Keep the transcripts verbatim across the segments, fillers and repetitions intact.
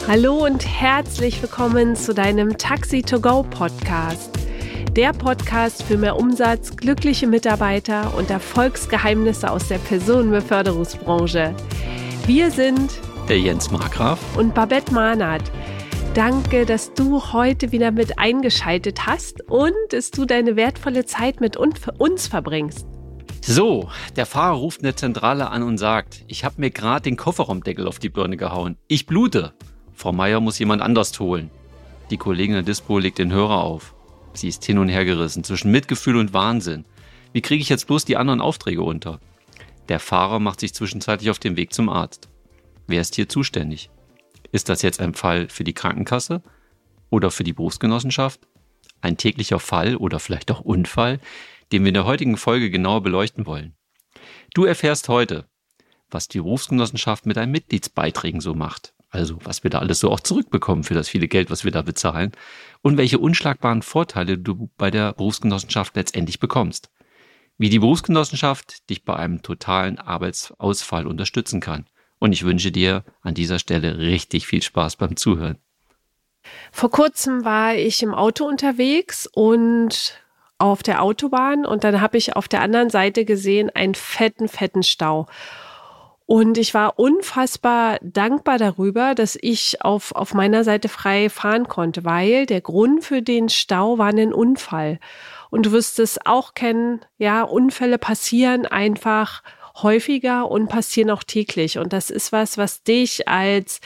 Hallo und herzlich willkommen zu deinem Taxi to go Podcast. Der Podcast für mehr Umsatz, glückliche Mitarbeiter und Erfolgsgeheimnisse aus der Personenbeförderungsbranche. Wir sind der Jens Markgraf und Babette Mahnert. Danke, dass du heute wieder mit eingeschaltet hast und dass du deine wertvolle Zeit mit uns verbringst. So, der Fahrer ruft in der Zentrale an und sagt, ich habe mir gerade den Kofferraumdeckel auf die Birne gehauen. Ich blute. Frau Meier muss jemand anders holen. Die Kollegin der Dispo legt den Hörer auf. Sie ist hin und her gerissen zwischen Mitgefühl und Wahnsinn. Wie kriege ich jetzt bloß die anderen Aufträge unter? Der Fahrer macht sich zwischenzeitlich auf den Weg zum Arzt. Wer ist hier zuständig? Ist das jetzt ein Fall für die Krankenkasse oder für die Berufsgenossenschaft? Ein täglicher Fall oder vielleicht auch Unfall, den wir in der heutigen Folge genauer beleuchten wollen. Du erfährst heute, was die Berufsgenossenschaft mit deinen Mitgliedsbeiträgen so macht. Also was wir da alles so auch zurückbekommen für das viele Geld, was wir da bezahlen. Und welche unschlagbaren Vorteile du bei der Berufsgenossenschaft letztendlich bekommst. Wie die Berufsgenossenschaft dich bei einem totalen Arbeitsausfall unterstützen kann. Und ich wünsche dir an dieser Stelle richtig viel Spaß beim Zuhören. Vor kurzem war ich im Auto unterwegs und auf der Autobahn und dann habe ich auf der anderen Seite gesehen einen fetten, fetten Stau. Und ich war unfassbar dankbar darüber, dass ich auf, auf meiner Seite frei fahren konnte, weil der Grund für den Stau war ein Unfall. Und du wirst es auch kennen, ja, Unfälle passieren einfach häufiger und passieren auch täglich. Und das ist was, was dich als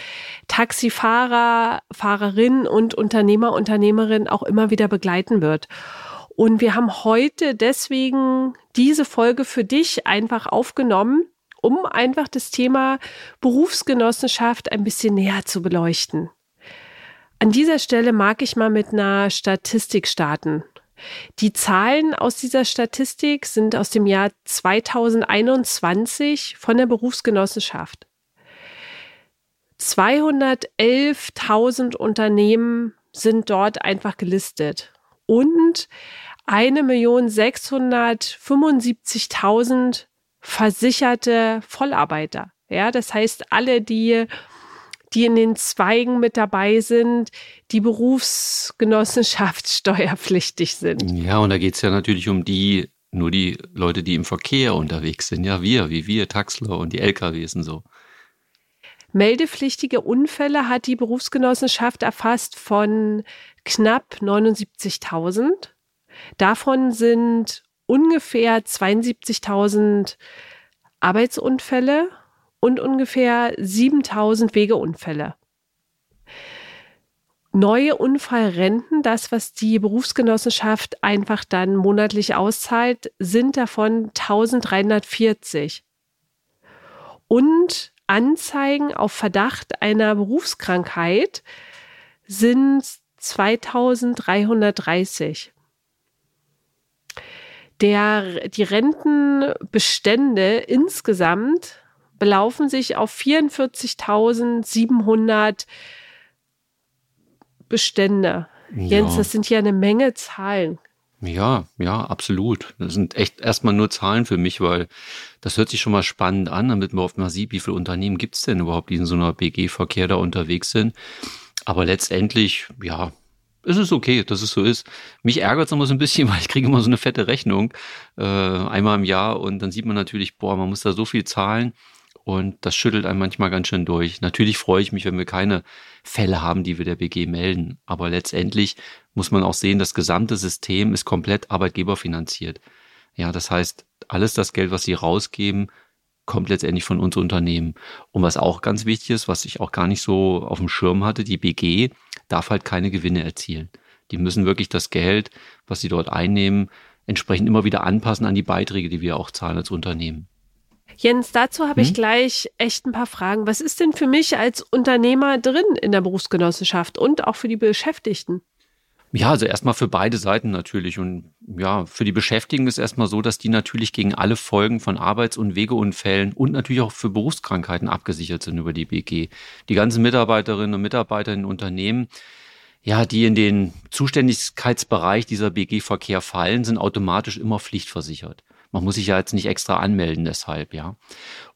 Taxifahrer, Fahrerin und Unternehmer, Unternehmerin auch immer wieder begleiten wird. Und wir haben heute deswegen diese Folge für dich einfach aufgenommen, um einfach das Thema Berufsgenossenschaft ein bisschen näher zu beleuchten. An dieser Stelle mag ich mal mit einer Statistik starten. Die Zahlen aus dieser Statistik sind aus dem Jahr zweitausendeinundzwanzig von der Berufsgenossenschaft. zweihundertelftausend Unternehmen sind dort einfach gelistet und eine Million sechshundertfünfundsiebzigtausend versicherte Vollarbeiter. Ja, das heißt, alle, die, die in den Zweigen mit dabei sind, die Berufsgenossenschaft steuerpflichtig sind. Ja, und da geht es ja natürlich um die, nur die Leute, die im Verkehr unterwegs sind. Ja, wir, wie wir, Taxler und die L K Ws und so. Meldepflichtige Unfälle hat die Berufsgenossenschaft erfasst von knapp neunundsiebzigtausend. Davon sind ungefähr zweiundsiebzigtausend Arbeitsunfälle und ungefähr siebentausend Wegeunfälle. Neue Unfallrenten, das, was die Berufsgenossenschaft einfach dann monatlich auszahlt, sind davon eintausenddreihundertvierzig. Und Anzeigen auf Verdacht einer Berufskrankheit sind zweitausenddreihundertdreißig. Der, die Rentenbestände insgesamt belaufen sich auf vierundvierzigtausendsiebenhundert Bestände. Ja. Jens, das sind ja eine Menge Zahlen. Ja, ja, absolut. Das sind echt erstmal nur Zahlen für mich, weil das hört sich schon mal spannend an, damit man oft mal sieht, wie viele Unternehmen gibt es denn überhaupt, die in so einer B G-Verkehr da unterwegs sind. Aber letztendlich, ja, es ist okay, dass es so ist. Mich ärgert es immer so ein bisschen, weil ich kriege immer so eine fette Rechnung äh, einmal im Jahr und dann sieht man natürlich, boah, man muss da so viel zahlen und das schüttelt einen manchmal ganz schön durch. Natürlich freue ich mich, wenn wir keine Fälle haben, die wir der B G melden, aber letztendlich muss man auch sehen, das gesamte System ist komplett arbeitgeberfinanziert. Ja, das heißt, alles das Geld, was sie rausgeben, kommt letztendlich von uns Unternehmen. Und was auch ganz wichtig ist, was ich auch gar nicht so auf dem Schirm hatte, die B G darf halt keine Gewinne erzielen. Die müssen wirklich das Geld, was sie dort einnehmen, entsprechend immer wieder anpassen an die Beiträge, die wir auch zahlen als Unternehmen. Jens, dazu habe hm? ich gleich echt ein paar Fragen. Was ist denn für mich als Unternehmer drin in der Berufsgenossenschaft und auch für die Beschäftigten? Ja, also erstmal für beide Seiten natürlich. Und ja, für die Beschäftigten ist erstmal so, dass die natürlich gegen alle Folgen von Arbeits- und Wegeunfällen und natürlich auch für Berufskrankheiten abgesichert sind über die B G. Die ganzen Mitarbeiterinnen und Mitarbeiter in Unternehmen, ja, die in den Zuständigkeitsbereich dieser B G-Verkehr fallen, sind automatisch immer pflichtversichert. Man muss sich ja jetzt nicht extra anmelden deshalb, ja.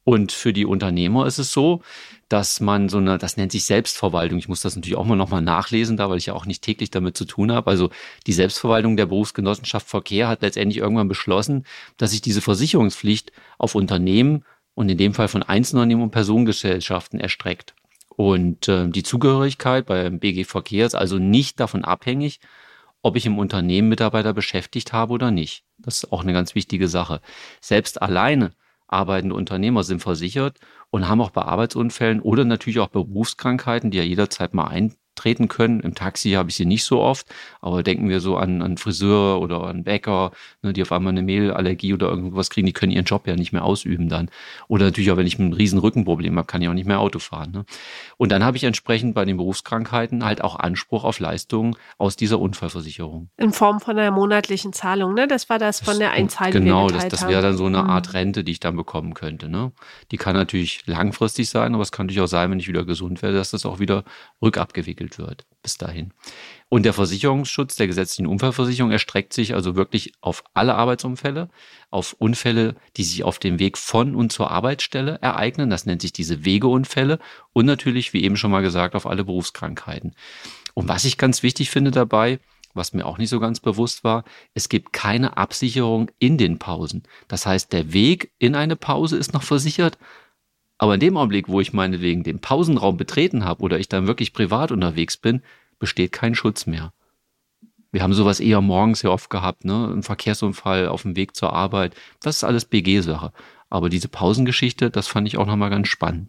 Und für die Unternehmer ist es so, dass man so eine, das nennt sich Selbstverwaltung. Ich muss das natürlich auch mal nochmal nachlesen, da weil ich ja auch nicht täglich damit zu tun habe. Also die Selbstverwaltung der Berufsgenossenschaft Verkehr hat letztendlich irgendwann beschlossen, dass sich diese Versicherungspflicht auf Unternehmen und in dem Fall von Einzelunternehmen und Personengesellschaften erstreckt. Und äh, die Zugehörigkeit beim B G Verkehr ist also nicht davon abhängig, ob ich im Unternehmen Mitarbeiter beschäftigt habe oder nicht. Das ist auch eine ganz wichtige Sache. Selbst alleine arbeitende Unternehmer sind versichert und haben auch bei Arbeitsunfällen oder natürlich auch Berufskrankheiten, die ja jederzeit mal eintreten können. Im Taxi habe ich sie nicht so oft, aber denken wir so an, an Friseur oder an Bäcker, ne, die auf einmal eine Mehlallergie oder irgendwas kriegen, die können ihren Job ja nicht mehr ausüben dann. Oder natürlich auch, wenn ich ein riesen Rückenproblem habe, kann ich auch nicht mehr Auto fahren. Ne? Und dann habe ich entsprechend bei den Berufskrankheiten halt auch Anspruch auf Leistungen aus dieser Unfallversicherung. In Form von einer monatlichen Zahlung, ne? Das war das von der Einzahl, die Genau, wir das, geteilt das haben. wäre dann so eine Art Rente, die ich dann bekommen könnte. Ne? Die kann natürlich langfristig sein, aber es kann natürlich auch sein, wenn ich wieder gesund werde, dass das auch wieder rückabgewickelt wird bis dahin. Und der Versicherungsschutz der gesetzlichen Unfallversicherung erstreckt sich also wirklich auf alle Arbeitsunfälle, auf Unfälle, die sich auf dem Weg von und zur Arbeitsstelle ereignen. Das nennt sich diese Wegeunfälle und natürlich, wie eben schon mal gesagt, auf alle Berufskrankheiten. Und was ich ganz wichtig finde dabei, was mir auch nicht so ganz bewusst war, es gibt keine Absicherung in den Pausen. Das heißt, der Weg in eine Pause ist noch versichert, aber in dem Augenblick, wo ich meinetwegen den Pausenraum betreten habe oder ich dann wirklich privat unterwegs bin, besteht kein Schutz mehr. Wir haben sowas eher morgens sehr oft gehabt, ne? Ein Verkehrsunfall auf dem Weg zur Arbeit. Das ist alles B G-Sache. Aber diese Pausengeschichte, das fand ich auch nochmal ganz spannend.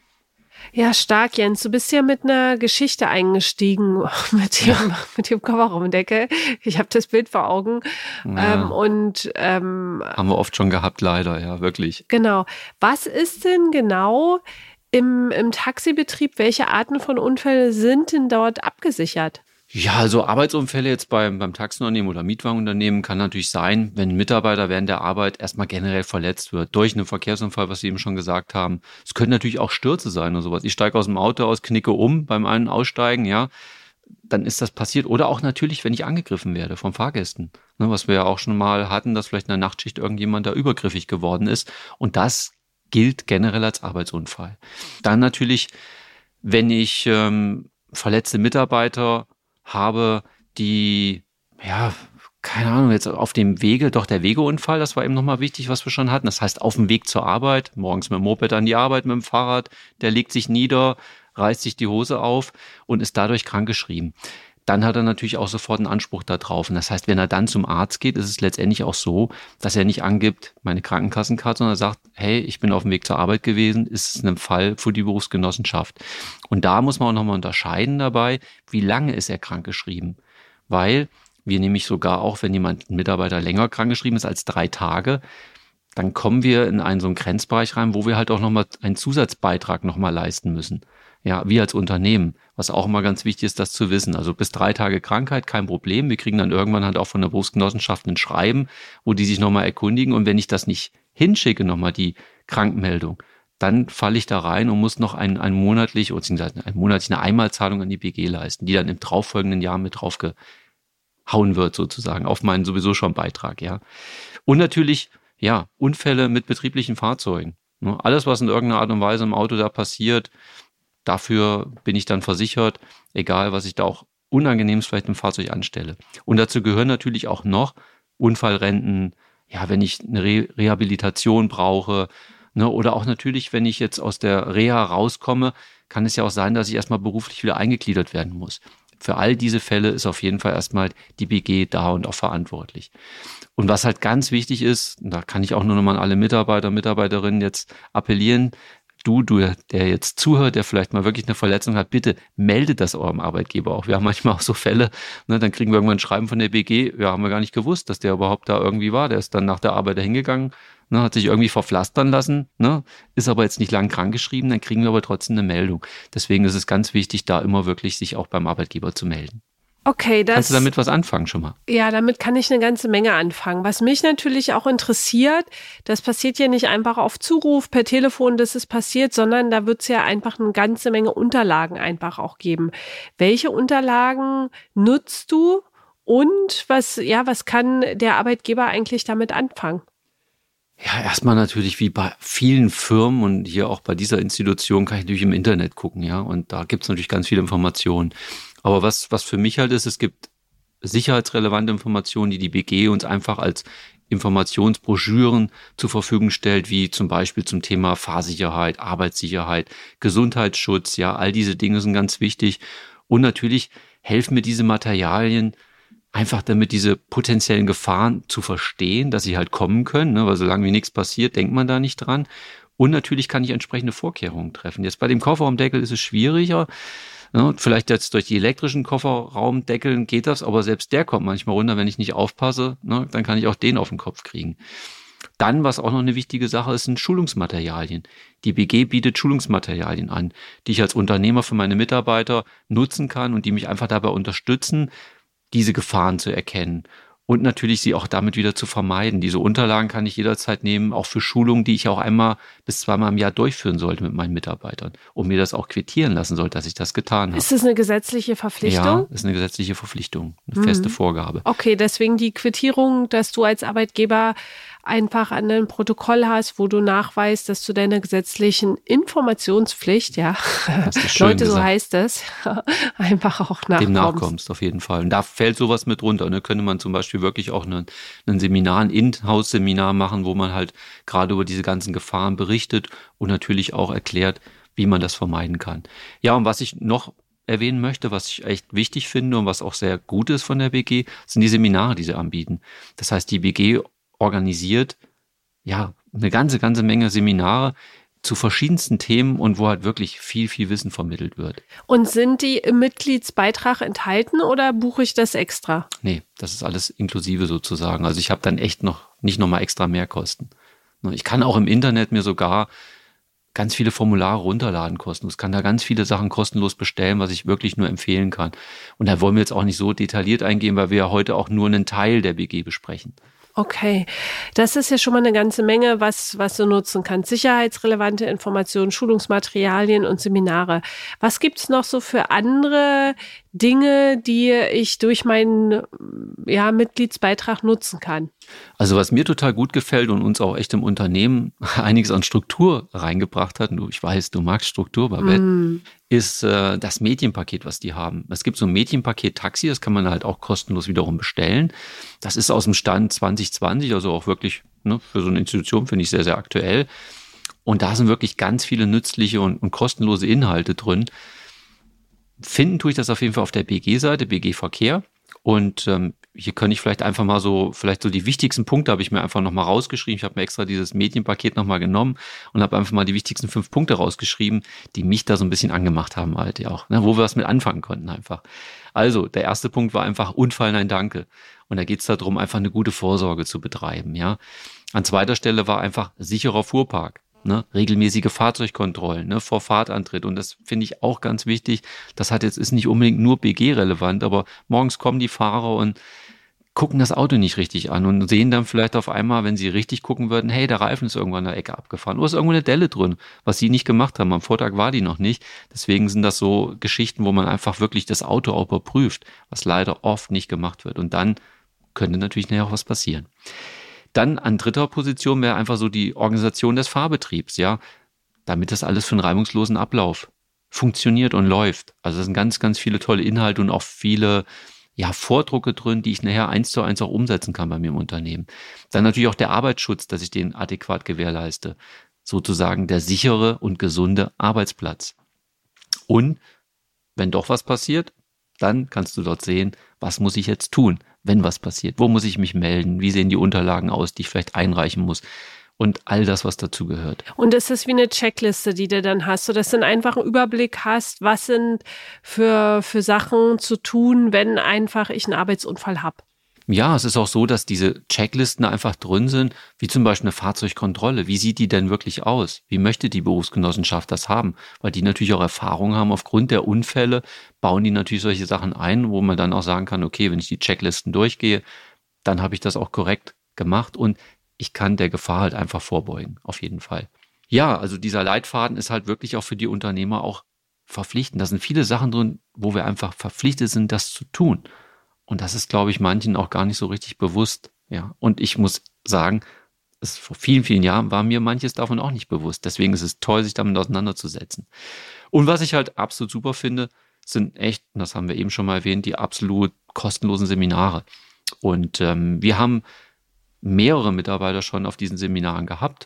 Ja, stark, Jens. Du bist ja mit einer Geschichte eingestiegen, mit dem, ja. mit dem Kofferraumdeckel. Ich habe das Bild vor Augen. Ja. Ähm, und ähm, haben wir oft schon gehabt, leider, ja, wirklich. Genau. Was ist denn genau im, im Taxibetrieb, welche Arten von Unfällen sind denn dort abgesichert? Ja, also Arbeitsunfälle jetzt beim, beim Taxiunternehmen oder Mietwagenunternehmen kann natürlich sein, wenn ein Mitarbeiter während der Arbeit erstmal generell verletzt wird durch einen Verkehrsunfall, was Sie eben schon gesagt haben. Es können natürlich auch Stürze sein oder sowas. Ich steige aus dem Auto aus, knicke um beim einen Aussteigen, ja, dann ist das passiert. Oder auch natürlich, wenn ich angegriffen werde von Fahrgästen, ne, was wir ja auch schon mal hatten, dass vielleicht in der Nachtschicht irgendjemand da übergriffig geworden ist. Und das gilt generell als Arbeitsunfall. Dann natürlich, wenn ich ähm, verletzte Mitarbeiter habe, die, ja, keine Ahnung, jetzt auf dem Wege, doch der Wegeunfall, das war eben nochmal wichtig, was wir schon hatten. Das heißt, auf dem Weg zur Arbeit, morgens mit dem Moped an die Arbeit, mit dem Fahrrad, der legt sich nieder, reißt sich die Hose auf und ist dadurch krankgeschrieben. Dann hat er natürlich auch sofort einen Anspruch da drauf. Und das heißt, wenn er dann zum Arzt geht, ist es letztendlich auch so, dass er nicht angibt, meine Krankenkassenkarte, sondern er sagt, hey, ich bin auf dem Weg zur Arbeit gewesen, ist es ein Fall für die Berufsgenossenschaft. Und da muss man auch nochmal unterscheiden dabei, wie lange ist er krankgeschrieben. Weil wir nämlich sogar auch, wenn jemand, ein Mitarbeiter länger krankgeschrieben ist als drei Tage, dann kommen wir in einen so einen Grenzbereich rein, wo wir halt auch nochmal einen Zusatzbeitrag nochmal leisten müssen. Ja, wir als Unternehmen, was auch immer ganz wichtig ist, das zu wissen. Also bis drei Tage Krankheit, kein Problem. Wir kriegen dann irgendwann halt auch von der Berufsgenossenschaft ein Schreiben, wo die sich nochmal erkundigen. Und wenn ich das nicht hinschicke, nochmal die Krankmeldung, dann falle ich da rein und muss noch ein, ein monatlich, beziehungsweise ein monatlich eine Einmalzahlung an die B G leisten, die dann im darauffolgenden Jahr mit draufgehauen wird sozusagen, auf meinen sowieso schon Beitrag, ja. Und natürlich, ja, Unfälle mit betrieblichen Fahrzeugen. Alles, was in irgendeiner Art und Weise im Auto da passiert, dafür bin ich dann versichert, egal was ich da auch Unangenehmes vielleicht im Fahrzeug anstelle. Und dazu gehören natürlich auch noch Unfallrenten, ja, wenn ich eine Re- Rehabilitation brauche, ne, oder auch natürlich, wenn ich jetzt aus der Reha rauskomme, kann es ja auch sein, dass ich erstmal beruflich wieder eingegliedert werden muss. Für all diese Fälle ist auf jeden Fall erstmal die B G da und auch verantwortlich. Und was halt ganz wichtig ist, da kann ich auch nur nochmal an alle Mitarbeiter, Mitarbeiterinnen jetzt appellieren, Du, du, der jetzt zuhört, der vielleicht mal wirklich eine Verletzung hat, bitte meldet das eurem Arbeitgeber auch. Wir haben manchmal auch so Fälle, ne, dann kriegen wir irgendwann ein Schreiben von der B G, ja, haben wir gar nicht gewusst, dass der überhaupt da irgendwie war. Der ist dann nach der Arbeit da hingegangen, ne, hat sich irgendwie verpflastern lassen, ne, ist aber jetzt nicht lang krankgeschrieben, dann kriegen wir aber trotzdem eine Meldung. Deswegen ist es ganz wichtig, da immer wirklich sich auch beim Arbeitgeber zu melden. Okay, das, Kannst du damit was anfangen schon mal? Ja, damit kann ich eine ganze Menge anfangen. Was mich natürlich auch interessiert, das passiert ja nicht einfach auf Zuruf per Telefon, dass es passiert, sondern da wird es ja einfach eine ganze Menge Unterlagen einfach auch geben. Welche Unterlagen nutzt du und was, ja, was kann der Arbeitgeber eigentlich damit anfangen? Ja, erstmal natürlich wie bei vielen Firmen und hier auch bei dieser Institution kann ich natürlich im Internet gucken, ja. Und da gibt es natürlich ganz viele Informationen. Aber was, was für mich halt ist, es gibt sicherheitsrelevante Informationen, die die B G uns einfach als Informationsbroschüren zur Verfügung stellt, wie zum Beispiel zum Thema Fahrsicherheit, Arbeitssicherheit, Gesundheitsschutz, ja, all diese Dinge sind ganz wichtig. Und natürlich helfen mir diese Materialien einfach damit, diese potenziellen Gefahren zu verstehen, dass sie halt kommen können, ne? Weil solange wie nichts passiert, denkt man da nicht dran. Und natürlich kann ich entsprechende Vorkehrungen treffen. Jetzt bei dem Kofferraumdeckel ist es schwieriger. Ne? Vielleicht jetzt durch die elektrischen Kofferraumdeckeln geht das, aber selbst der kommt manchmal runter, wenn ich nicht aufpasse. Ne? Dann kann ich auch den auf den Kopf kriegen. Dann, was auch noch eine wichtige Sache ist, sind Schulungsmaterialien. Die B G bietet Schulungsmaterialien an, die ich als Unternehmer für meine Mitarbeiter nutzen kann und die mich einfach dabei unterstützen, diese Gefahren zu erkennen und natürlich sie auch damit wieder zu vermeiden. Diese Unterlagen kann ich jederzeit nehmen, auch für Schulungen, die ich auch einmal bis zweimal im Jahr durchführen sollte mit meinen Mitarbeitern und mir das auch quittieren lassen sollte, dass ich das getan habe. Ist das eine gesetzliche Verpflichtung? Ja, ist eine gesetzliche Verpflichtung, eine mhm. feste Vorgabe. Okay, deswegen die Quittierung, dass du als Arbeitgeber einfach an ein Protokoll hast, wo du nachweist, dass du deiner gesetzlichen Informationspflicht, ja, Leute, so heißt es, einfach auch nachkommst. Dem nachkommst, auf jeden Fall. Und da fällt sowas mit runter. Ne? Könnte man zum Beispiel wirklich auch ein, ein Seminar, ein In-House-Seminar machen, wo man halt gerade über diese ganzen Gefahren berichtet und natürlich auch erklärt, wie man das vermeiden kann. Ja, und was ich noch erwähnen möchte, was ich echt wichtig finde und was auch sehr gut ist von der B G, sind die Seminare, die sie anbieten. Das heißt, die B G organisiert ja eine ganze, ganze Menge Seminare zu verschiedensten Themen und wo halt wirklich viel, viel Wissen vermittelt wird. Und sind die im Mitgliedsbeitrag enthalten oder buche ich das extra? Nee, das ist alles inklusive sozusagen. Also ich habe dann echt noch nicht nochmal extra Mehrkosten. Ich kann auch im Internet mir sogar ganz viele Formulare runterladen kostenlos. Ich kann da ganz viele Sachen kostenlos bestellen, was ich wirklich nur empfehlen kann. Und da wollen wir jetzt auch nicht so detailliert eingehen, weil wir ja heute auch nur einen Teil der B G besprechen. Okay, das ist ja schon mal eine ganze Menge, was, was du nutzen kannst. Sicherheitsrelevante Informationen, Schulungsmaterialien und Seminare. Was gibt's noch so für andere Dinge, die ich durch meinen ja, Mitgliedsbeitrag nutzen kann? Also was mir total gut gefällt und uns auch echt im Unternehmen einiges an Struktur reingebracht hat, du, ich weiß, du magst Struktur, Babette, mm. ist äh, das Medienpaket, was die haben. Es gibt so ein Medienpaket Taxi, das kann man halt auch kostenlos wiederum bestellen. Das ist aus dem Stand zwanzig zwanzig, also auch wirklich ne, für so eine Institution finde ich sehr, sehr aktuell. Und da sind wirklich ganz viele nützliche und, und kostenlose Inhalte drin. Finden tue ich das auf jeden Fall auf der B G-Seite, B G Verkehr. Und ähm, hier kann ich vielleicht einfach mal so, vielleicht so die wichtigsten Punkte habe ich mir einfach nochmal rausgeschrieben. Ich habe mir extra dieses Medienpaket nochmal genommen und habe einfach mal die wichtigsten fünf Punkte rausgeschrieben, die mich da so ein bisschen angemacht haben halt ja auch, ne, wo wir was mit anfangen konnten einfach. Also, der erste Punkt war einfach Unfall, nein, danke. Und da geht es darum, einfach eine gute Vorsorge zu betreiben, ja. An zweiter Stelle war einfach sicherer Fuhrpark. Ne, regelmäßige Fahrzeugkontrollen, ne, vor Fahrtantritt. Und das finde ich auch ganz wichtig. Das hat jetzt, ist nicht unbedingt nur B G-relevant, aber morgens kommen die Fahrer und gucken das Auto nicht richtig an und sehen dann vielleicht auf einmal, wenn sie richtig gucken würden, hey, der Reifen ist irgendwann an der Ecke abgefahren oder ist irgendwo eine Delle drin, was sie nicht gemacht haben. Am Vortag war die noch nicht. Deswegen sind das so Geschichten, wo man einfach wirklich das Auto auch überprüft, was leider oft nicht gemacht wird. Und dann könnte natürlich nachher auch was passieren. Dann an dritter Position wäre einfach so die Organisation des Fahrbetriebs, ja, damit das alles für einen reibungslosen Ablauf funktioniert und läuft. Also es sind ganz, ganz viele tolle Inhalte und auch viele ja, Vordrucke drin, die ich nachher eins zu eins auch umsetzen kann bei mir im Unternehmen. Dann natürlich auch der Arbeitsschutz, dass ich den adäquat gewährleiste. Sozusagen der sichere und gesunde Arbeitsplatz. Und wenn doch was passiert, dann kannst du dort sehen, was muss ich jetzt tun, wenn was passiert. Wo muss ich mich melden? Wie sehen die Unterlagen aus, die ich vielleicht einreichen muss? Und all das, was dazu gehört. Und ist das wie eine Checkliste, die du dann hast, sodass du dann einfach einen Überblick hast, was sind für, für Sachen zu tun, wenn einfach ich einen Arbeitsunfall habe? Ja, es ist auch so, dass diese Checklisten einfach drin sind, wie zum Beispiel eine Fahrzeugkontrolle. Wie sieht die denn wirklich aus? Wie möchte die Berufsgenossenschaft das haben? Weil die natürlich auch Erfahrung haben. Aufgrund der Unfälle bauen die natürlich solche Sachen ein, wo man dann auch sagen kann, okay, wenn ich die Checklisten durchgehe, dann habe ich das auch korrekt gemacht und ich kann der Gefahr halt einfach vorbeugen, auf jeden Fall. Ja, also dieser Leitfaden ist halt wirklich auch für die Unternehmer auch verpflichtend. Da sind viele Sachen drin, wo wir einfach verpflichtet sind, das zu tun. Und das ist, glaube ich, manchen auch gar nicht so richtig bewusst. Ja, und ich muss sagen, ist, vor vielen, vielen Jahren war mir manches davon auch nicht bewusst. Deswegen ist es toll, sich damit auseinanderzusetzen. Und was ich halt absolut super finde, sind echt, und das haben wir eben schon mal erwähnt, die absolut kostenlosen Seminare. Und ähm, wir haben mehrere Mitarbeiter schon auf diesen Seminaren gehabt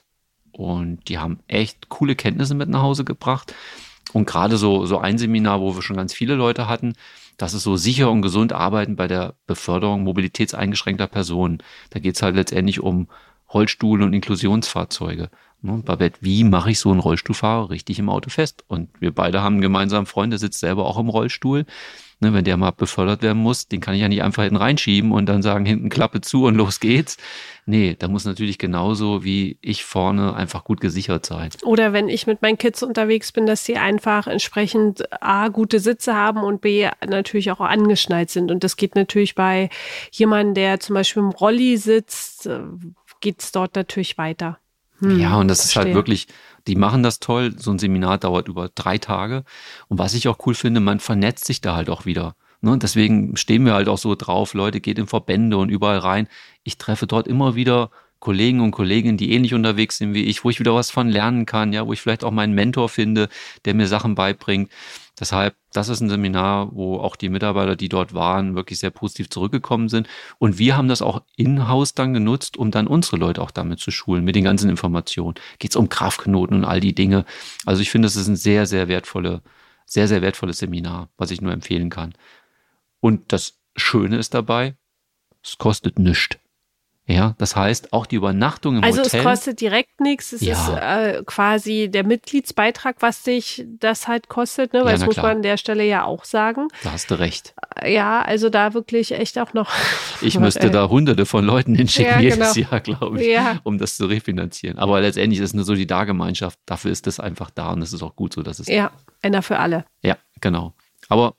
und die haben echt coole Kenntnisse mit nach Hause gebracht. Und gerade so, so ein Seminar, wo wir schon ganz viele Leute hatten, das ist so sicher und gesund arbeiten bei der Beförderung mobilitätseingeschränkter Personen. Da geht es halt letztendlich um Rollstuhl- und Inklusionsfahrzeuge. Ne, Babette, wie mache ich so einen Rollstuhlfahrer richtig im Auto fest? Und wir beide haben einen gemeinsamen Freund, der sitzt selber auch im Rollstuhl. Ne, wenn der mal befördert werden muss, den kann ich ja nicht einfach hinten reinschieben und dann sagen, hinten Klappe zu und los geht's. Nee, da muss natürlich genauso wie ich vorne einfach gut gesichert sein. Oder wenn ich mit meinen Kids unterwegs bin, dass sie einfach entsprechend A, gute Sitze haben und B, natürlich auch angeschnallt sind. Und das geht natürlich bei jemandem, der zum Beispiel im Rolli sitzt, geht es dort natürlich weiter. Hm, ja, und das verstehe. Ist halt wirklich, die machen das toll. So ein Seminar dauert über drei Tage. Und was ich auch cool finde, man vernetzt sich da halt auch wieder. Ne? Deswegen stehen wir halt auch so drauf, Leute, geht in Verbände und überall rein. Ich treffe dort immer wieder Kollegen und Kolleginnen, die ähnlich unterwegs sind wie ich, wo ich wieder was von lernen kann, ja, wo ich vielleicht auch meinen Mentor finde, der mir Sachen beibringt. Deshalb, das ist ein Seminar, wo auch die Mitarbeiter, die dort waren, wirklich sehr positiv zurückgekommen sind. Und wir haben das auch in-house dann genutzt, um dann unsere Leute auch damit zu schulen, mit den ganzen Informationen. Geht es um Kraftknoten und all die Dinge. Also ich finde, das ist ein sehr, sehr wertvolle, sehr, sehr wertvolles Seminar, was ich nur empfehlen kann. Und das Schöne ist dabei, es kostet nichts. Ja, das heißt, auch die Übernachtung im also Hotel. Also es kostet direkt nichts. Es ja. ist äh, quasi der Mitgliedsbeitrag, was dich das halt kostet, ne? Weil Ja, das muss man an der Stelle ja auch sagen. Da hast du recht. Ja, also da wirklich echt auch noch. Ich müsste da hunderte von Leuten hinschicken ja, jedes genau. Jahr, glaube ich, ja. um das zu refinanzieren. Aber letztendlich ist es eine Solidargemeinschaft. Dafür ist das einfach da und es ist auch gut so, dass es. Ja, einer für alle. Ja, genau. Aber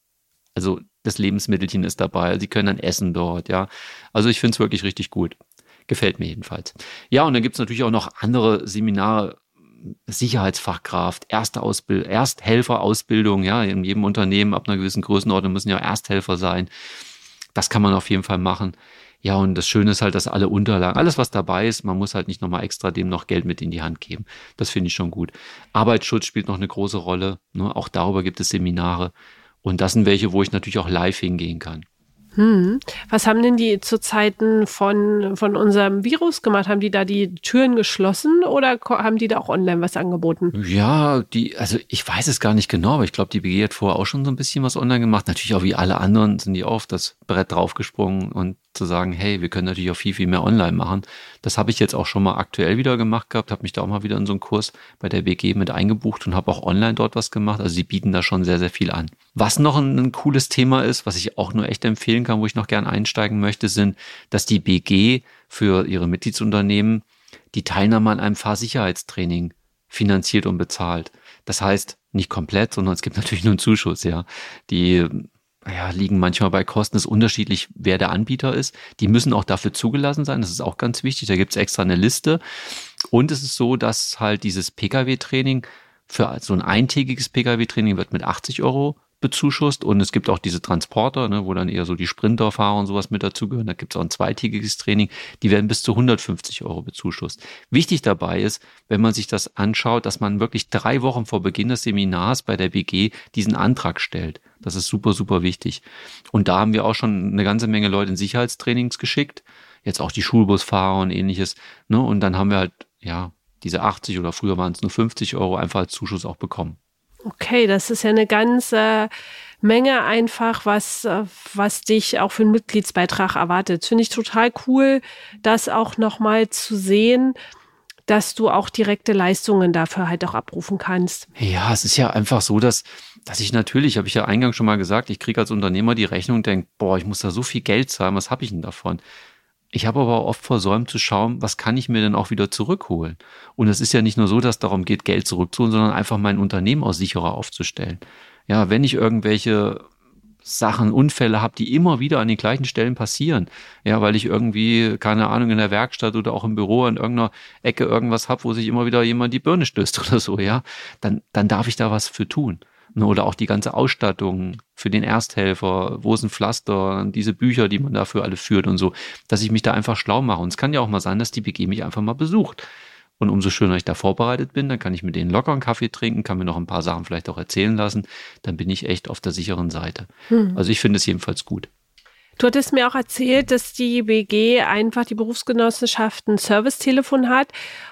also das Lebensmittelchen ist dabei, sie können dann essen dort, ja. Also ich finde es wirklich richtig gut. Gefällt mir jedenfalls. Ja, und dann gibt es natürlich auch noch andere Seminare, Sicherheitsfachkraft, Erste Ausbild- Ersthelferausbildung, ja, in jedem Unternehmen ab einer gewissen Größenordnung müssen ja Ersthelfer sein. Das kann man auf jeden Fall machen. Ja, und das Schöne ist halt, dass alle Unterlagen, alles was dabei ist, man muss halt nicht nochmal extra dem noch Geld mit in die Hand geben. Das finde ich schon gut. Arbeitsschutz spielt noch eine große Rolle, ne? Auch darüber gibt es Seminare. Und das sind welche, wo ich natürlich auch live hingehen kann. Hm. Was haben denn die zu Zeiten von, von unserem Virus gemacht? Haben die da die Türen geschlossen oder haben die da auch online was angeboten? Ja, die, also ich weiß es gar nicht genau, aber ich glaube, die B G hat vorher auch schon so ein bisschen was online gemacht. Natürlich auch wie alle anderen sind die auf das Brett draufgesprungen und zu sagen, hey, wir können natürlich auch viel, viel mehr online machen. Das habe ich jetzt auch schon mal aktuell wieder gemacht gehabt, habe mich da auch mal wieder in so einen Kurs bei der B G mit eingebucht und habe auch online dort was gemacht. Also sie bieten da schon sehr, sehr viel an. Was noch ein, ein cooles Thema ist, was ich auch nur echt empfehlen kann, wo ich noch gern einsteigen möchte, sind, dass die B G für ihre Mitgliedsunternehmen die Teilnahme an einem Fahrsicherheitstraining finanziert und bezahlt. Das heißt, nicht komplett, sondern es gibt natürlich nur einen Zuschuss, ja. Die ja, liegen manchmal bei Kosten, ist unterschiedlich, wer der Anbieter ist. Die müssen auch dafür zugelassen sein, das ist auch ganz wichtig, da gibt es extra eine Liste. Und es ist so, dass halt dieses Pkw-Training, für so ein eintägiges Pkw-Training wird mit achtzig Euro bezuschusst und es gibt auch diese Transporter, ne, wo dann eher so die Sprinterfahrer und sowas mit dazugehören. Da gibt es auch ein zweitägiges Training, die werden bis zu hundertfünfzig Euro bezuschusst. Wichtig dabei ist, wenn man sich das anschaut, dass man wirklich drei Wochen vor Beginn des Seminars bei der B G diesen Antrag stellt. Das ist super, super wichtig. Und da haben wir auch schon eine ganze Menge Leute in Sicherheitstrainings geschickt, jetzt auch die Schulbusfahrer und ähnliches. Ne, und dann haben wir halt, ja, diese achtzig oder früher waren es nur fünfzig Euro einfach als Zuschuss auch bekommen. Okay, das ist ja eine ganze Menge einfach, was, was dich auch für einen Mitgliedsbeitrag erwartet. Finde ich total cool, das auch nochmal zu sehen, dass du auch direkte Leistungen dafür halt auch abrufen kannst. Ja, es ist ja einfach so, dass, dass ich natürlich, habe ich ja eingangs schon mal gesagt, ich kriege als Unternehmer die Rechnung und denke, boah, ich muss da so viel Geld zahlen, was habe ich denn davon? Ich habe aber oft versäumt zu schauen, was kann ich mir denn auch wieder zurückholen? Und es ist ja nicht nur so, dass es darum geht, Geld zurückzuholen, sondern einfach mein Unternehmen auch sicherer aufzustellen. Ja, wenn ich irgendwelche Sachen, Unfälle habe, die immer wieder an den gleichen Stellen passieren, ja, weil ich irgendwie, keine Ahnung, in der Werkstatt oder auch im Büro an irgendeiner Ecke irgendwas habe, wo sich immer wieder jemand die Birne stößt oder so, ja, dann, dann darf ich da was für tun. Oder auch die ganze Ausstattung für den Ersthelfer, wo ist ein Pflaster, diese Bücher, die man dafür alle führt und so, dass ich mich da einfach schlau mache. Und es kann ja auch mal sein, dass die B G mich einfach mal besucht. Und umso schöner ich da vorbereitet bin, dann kann ich mit denen locker einen Kaffee trinken, kann mir noch ein paar Sachen vielleicht auch erzählen lassen. Dann bin ich echt auf der sicheren Seite. Hm. Also ich finde es jedenfalls gut. Du hattest mir auch erzählt, dass die B G einfach, die Berufsgenossenschaft, ein Servicetelefon hat,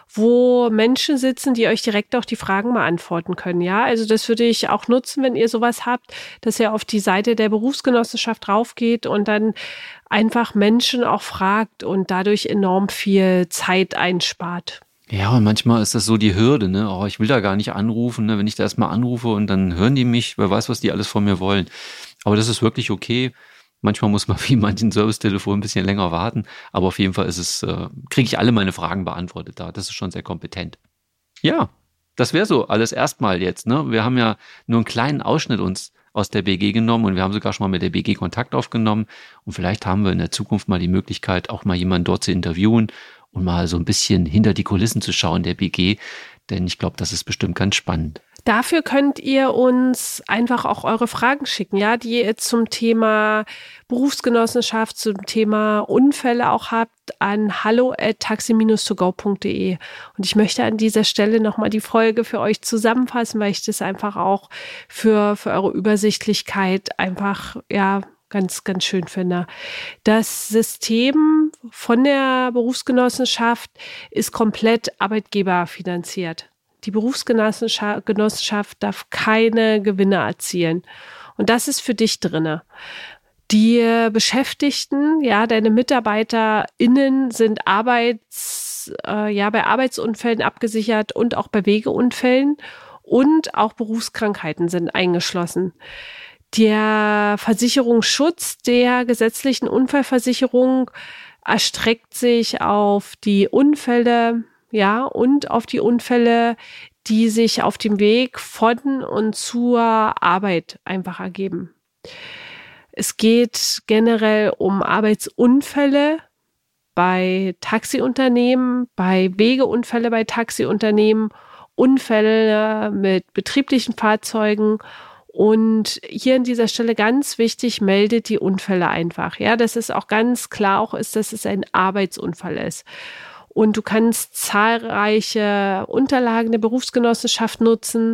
wo Menschen sitzen, die euch direkt auch die Fragen beantworten können. Ja, also das würde ich auch nutzen, wenn ihr sowas habt, dass ihr auf die Seite der Berufsgenossenschaft raufgeht und dann einfach Menschen auch fragt und dadurch enorm viel Zeit einspart. Ja, und manchmal ist das so die Hürde, ne? Oh, ich will da gar nicht anrufen, ne? Wenn ich da erstmal anrufe und dann hören die mich, wer weiß, was die alles von mir wollen. Aber das ist wirklich okay. Manchmal muss man wie manchen Servicetelefon ein bisschen länger warten, aber auf jeden Fall ist es, äh, kriege ich alle meine Fragen beantwortet da. Das ist schon sehr kompetent. Ja, das wäre so alles erstmal jetzt, ne? Wir haben ja nur einen kleinen Ausschnitt uns aus der B G genommen und wir haben sogar schon mal mit der B G Kontakt aufgenommen und vielleicht haben wir in der Zukunft mal die Möglichkeit, auch mal jemanden dort zu interviewen und mal so ein bisschen hinter die Kulissen zu schauen der B G, denn ich glaube, das ist bestimmt ganz spannend. Dafür könnt ihr uns einfach auch eure Fragen schicken, ja, die ihr zum Thema Berufsgenossenschaft, zum Thema Unfälle auch habt, an hallo at taxi dash to go punkt de. Und ich möchte an dieser Stelle nochmal die Folge für euch zusammenfassen, weil ich das einfach auch für, für eure Übersichtlichkeit einfach, ja, ganz, ganz schön finde. Das System von der Berufsgenossenschaft ist komplett arbeitgeberfinanziert. Die Berufsgenossenschaft darf keine Gewinne erzielen. Und das ist für dich drinne. Die Beschäftigten, ja, deine MitarbeiterInnen sind Arbeits, äh, ja, bei Arbeitsunfällen abgesichert und auch bei Wegeunfällen und auch Berufskrankheiten sind eingeschlossen. Der Versicherungsschutz der gesetzlichen Unfallversicherung erstreckt sich auf die Unfälle, ja, und auf die Unfälle, die sich auf dem Weg von und zur Arbeit einfach ergeben. Es geht generell um Arbeitsunfälle bei Taxiunternehmen, bei Wegeunfälle bei Taxiunternehmen, Unfälle mit betrieblichen Fahrzeugen. Und hier an dieser Stelle ganz wichtig, meldet die Unfälle einfach. Ja, dass es auch ganz klar auch ist, dass es ein Arbeitsunfall ist. Und du kannst zahlreiche Unterlagen der Berufsgenossenschaft nutzen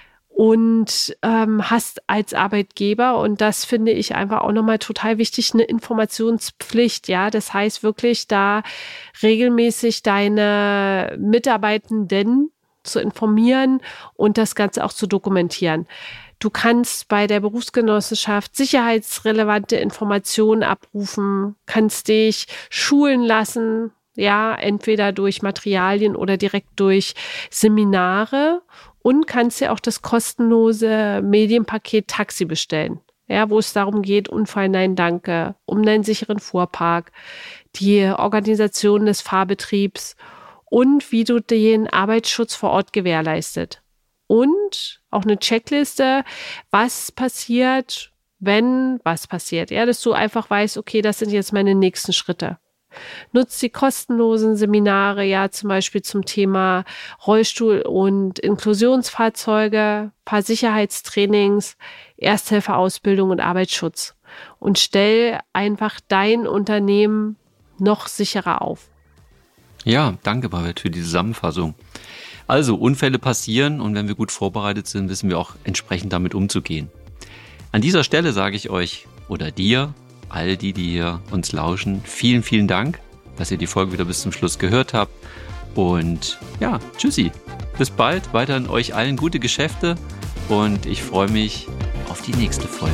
und ähm, hast als Arbeitgeber, und das finde ich einfach auch nochmal total wichtig, eine Informationspflicht. Ja, das heißt wirklich, da regelmäßig deine Mitarbeitenden zu informieren und das Ganze auch zu dokumentieren. Du kannst bei der Berufsgenossenschaft sicherheitsrelevante Informationen abrufen, kannst dich schulen lassen, ja, entweder durch Materialien oder direkt durch Seminare, und kannst dir auch das kostenlose Medienpaket Taxi bestellen, ja, wo es darum geht, Unfall nein danke, um einen sicheren Fuhrpark, die Organisation des Fahrbetriebs und wie du den Arbeitsschutz vor Ort gewährleistet. Und auch eine Checkliste, was passiert, wenn was passiert. Ja, dass du einfach weißt, okay, das sind jetzt meine nächsten Schritte. Nutzt die kostenlosen Seminare, ja, zum Beispiel zum Thema Rollstuhl- und Inklusionsfahrzeuge, paar Sicherheitstrainings, Ersthelferausbildung und Arbeitsschutz. Und stell einfach dein Unternehmen noch sicherer auf. Ja, danke, Babette, für die Zusammenfassung. Also, Unfälle passieren und wenn wir gut vorbereitet sind, wissen wir auch entsprechend damit umzugehen. An dieser Stelle sage ich euch oder dir, all die, die hier uns lauschen, vielen, vielen Dank, dass ihr die Folge wieder bis zum Schluss gehört habt. Und ja, tschüssi. Bis bald. Weiterhin euch allen gute Geschäfte und ich freue mich auf die nächste Folge.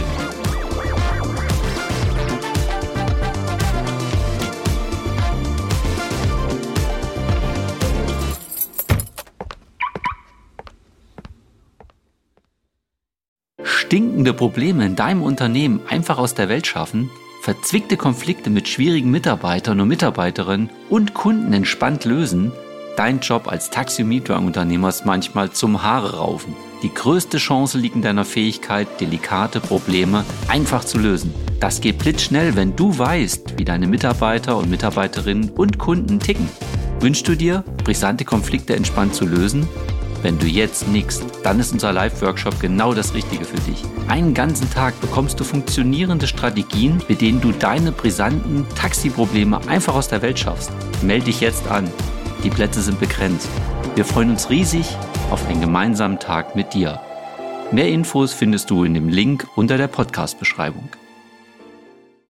Stinkende Probleme in deinem Unternehmen einfach aus der Welt schaffen? Verzwickte Konflikte mit schwierigen Mitarbeitern und Mitarbeiterinnen und Kunden entspannt lösen? Dein Job als Taxi- und Mietwagenunternehmer ist manchmal zum Haare raufen. Die größte Chance liegt in deiner Fähigkeit, delikate Probleme einfach zu lösen. Das geht blitzschnell, wenn du weißt, wie deine Mitarbeiter und Mitarbeiterinnen und Kunden ticken. Wünschst du dir, brisante Konflikte entspannt zu lösen? Wenn du jetzt nickst, dann ist unser Live-Workshop genau das Richtige für dich. Einen ganzen Tag bekommst du funktionierende Strategien, mit denen du deine brisanten Taxiprobleme einfach aus der Welt schaffst. Melde dich jetzt an. Die Plätze sind begrenzt. Wir freuen uns riesig auf einen gemeinsamen Tag mit dir. Mehr Infos findest du in dem Link unter der Podcast-Beschreibung.